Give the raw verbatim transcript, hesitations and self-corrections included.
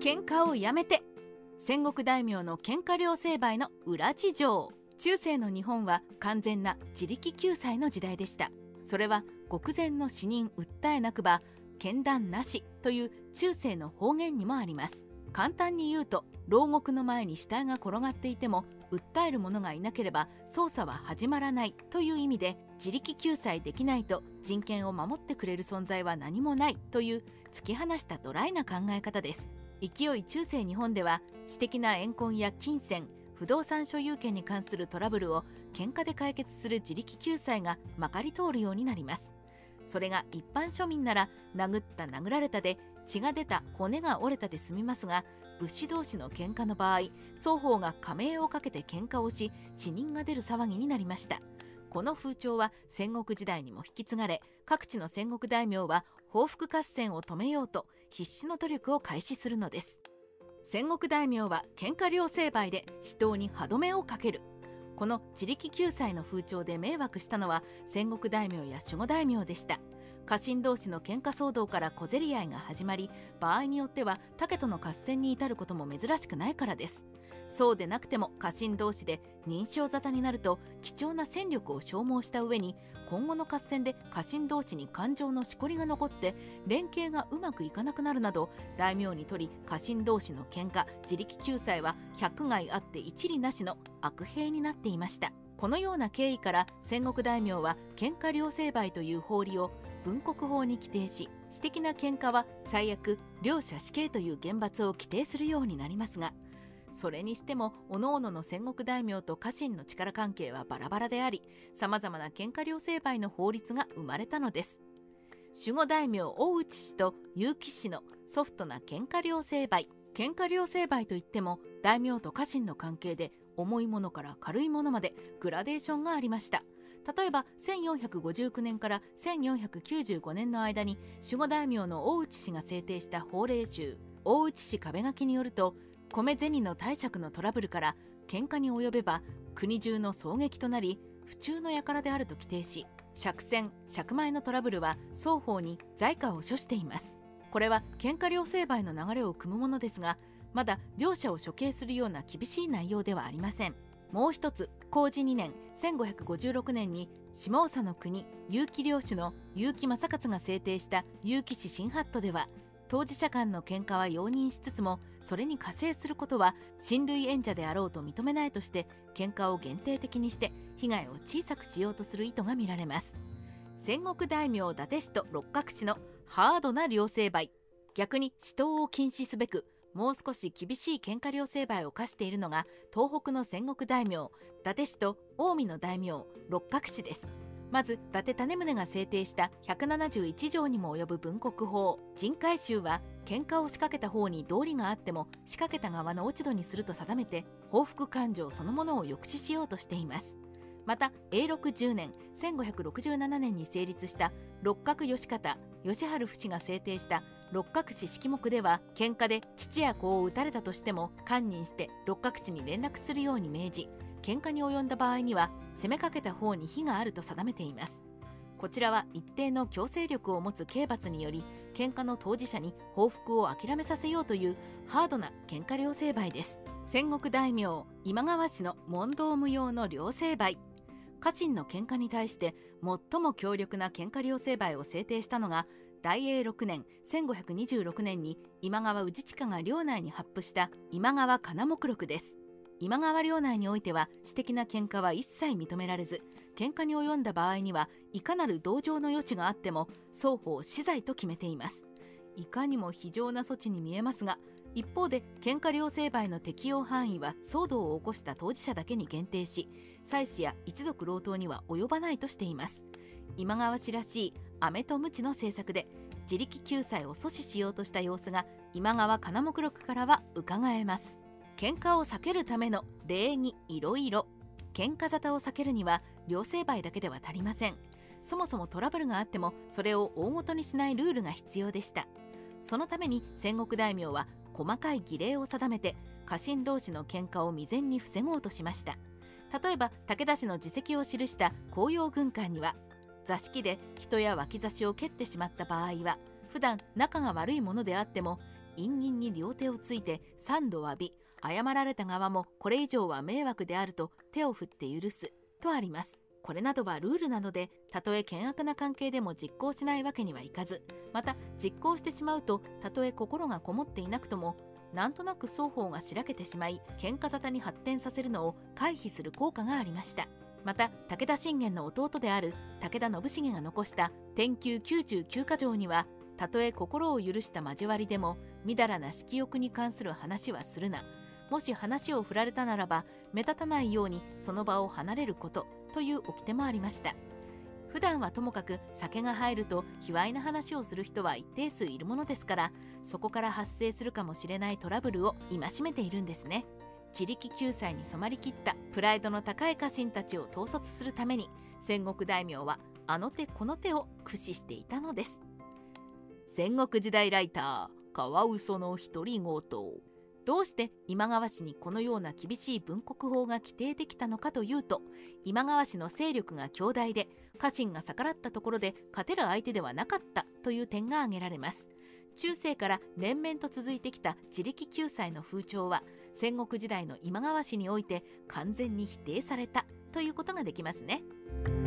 喧嘩をやめて。戦国大名の喧嘩両成敗の裏事情。中世の日本は完全な自力救済の時代でした。それは極前の死人訴えなくば剣断なしという中世の方言にもあります。簡単に言うと、牢獄の前に死体が転がっていても訴える者がいなければ捜査は始まらないという意味で、自力救済できないと人権を守ってくれる存在は何もないという突き放したドライな考え方です。勢い中世日本では私的な怨恨や金銭、不動産所有権に関するトラブルを喧嘩で解決する自力救済がまかり通るようになります。それが一般庶民なら殴った殴られたで血が出た骨が折れたで済みますが、武士同士の喧嘩の場合、双方が仮名をかけて喧嘩をし死人が出る騒ぎになりました。この風潮は戦国時代にも引き継がれ、各地の戦国大名は報復合戦を止めようと必死の努力を開始するのです。戦国大名は喧嘩両成敗で死闘に歯止めをかける。この自力救済の風潮で迷惑したのは戦国大名や守護大名でした。家臣同士の喧嘩騒動から小競り合いが始まり、場合によっては武との合戦に至ることも珍しくないからです。そうでなくても家臣同士で認証沙汰になると貴重な戦力を消耗した上に、今後の合戦で家臣同士に感情のしこりが残って連携がうまくいかなくなるなど、大名にとり家臣同士の喧嘩自力救済は百害あって一利なしの悪兵になっていました。このような経緯から戦国大名は喧嘩両成敗という法理を分国法に規定し、私的な喧嘩は最悪両者死刑という厳罰を規定するようになりますが、それにしても各々の戦国大名と家臣の力関係はバラバラであり、さまざまな喧嘩両成敗の法律が生まれたのです。守護大名大内氏と結城氏のソフトな喧嘩両成敗。喧嘩両成敗といっても大名と家臣の関係で重いものから軽いものまでグラデーションがありました。例えばせんよんひゃくごじゅうきゅうねんからせんよんひゃくきゅうじゅうごねんの間に守護大名の大内氏が制定した法令集大内氏壁書きによると、米銭の貸借のトラブルから喧嘩に及べば国中の狙撃となり不忠の輩であると規定し、借銭借米のトラブルは双方に財貨を処しています。これは喧嘩両成敗の流れを組むものですが、まだ両者を処刑するような厳しい内容ではありません。もう一つ、弘治にねんせんごひゃくごじゅうろくねんに下総の国結城領主の結城正勝が制定した結城氏新法度では、当事者間の喧嘩は容認しつつもそれに加勢することは親類縁者であろうと認めないとして、喧嘩を限定的にして被害を小さくしようとする意図が見られます。戦国大名伊達氏と六角氏のハードな両成敗。逆に死闘を禁止すべくもう少し厳しい喧嘩両成敗を課しているのが東北の戦国大名伊達氏と近江の大名六角氏です。まず伊達種宗が制定したひゃくななじゅういち条にも及ぶ分国法陣海集は、喧嘩を仕掛けた方に道理があっても仕掛けた側の落ち度にすると定めて、報復感情そのものを抑止しようとしています。また永禄じゅうねんせんごひゃくろくじゅうななねんに成立した六角義方義治父が制定した六角氏式目では、喧嘩で父や子を撃たれたとしても堪忍して六角氏に連絡するように命じ、喧嘩に及んだ場合には攻めかけた方に非があると定めています。こちらは一定の強制力を持つ刑罰により喧嘩の当事者に報復を諦めさせようというハードな喧嘩両成敗です。戦国大名今川氏の問答無用の両成敗。家臣の喧嘩に対して最も強力な喧嘩両成敗を制定したのが大永ろくねんせんごひゃくにじゅうろくねんに今川氏親が領内に発布した今川金目録です。今川領内においては私的な喧嘩は一切認められず、喧嘩に及んだ場合にはいかなる同情の余地があっても双方死罪と決めています。いかにも非常な措置に見えますが、一方で喧嘩両成敗の適用範囲は騒動を起こした当事者だけに限定し、妻子や一族老頭には及ばないとしています。今川氏らしい飴と鞭の政策で自力救済を阻止しようとした様子が今川金目録からは伺えます。喧嘩を避けるための礼儀いろいろ。喧嘩沙汰を避けるには両成敗だけでは足りません。そもそもトラブルがあってもそれを大ごとにしないルールが必要でした。そのために戦国大名は細かい儀礼を定めて家臣同士の喧嘩を未然に防ごうとしました。例えば武田氏の事績を記した紅葉軍艦には、座敷で人や脇差しを蹴ってしまった場合は普段仲が悪いものであっても陰銀に両手をついて三度詫び、謝られた側もこれ以上は迷惑であると手を振って許すとあります。これなどはルールなので、たとえ険悪な関係でも実行しないわけにはいかず、また実行してしまうと、たとえ心がこもっていなくともなんとなく双方がしらけてしまい喧嘩沙汰に発展させるのを回避する効果がありました。また武田信玄の弟である武田信繁が残した天宮きゅうじゅうきゅうか条には、たとえ心を許した交わりでもみだらな色欲に関する話はするな、もし話を振られたならば目立たないようにその場を離れることという掟もありました。普段はともかく酒が入ると卑猥な話をする人は一定数いるものですから、そこから発生するかもしれないトラブルを戒めているんですね。自力救済に染まりきったプライドの高い家臣たちを統率するために、戦国大名はあの手この手を駆使していたのです。戦国時代ライターカワウソの独り言。どうして今川氏にこのような厳しい分国法が規定できたのかというと、今川氏の勢力が強大で家臣が逆らったところで勝てる相手ではなかったという点が挙げられます。中世から連綿と続いてきた自力救済の風潮は戦国時代の今川氏において完全に否定されたということができますね。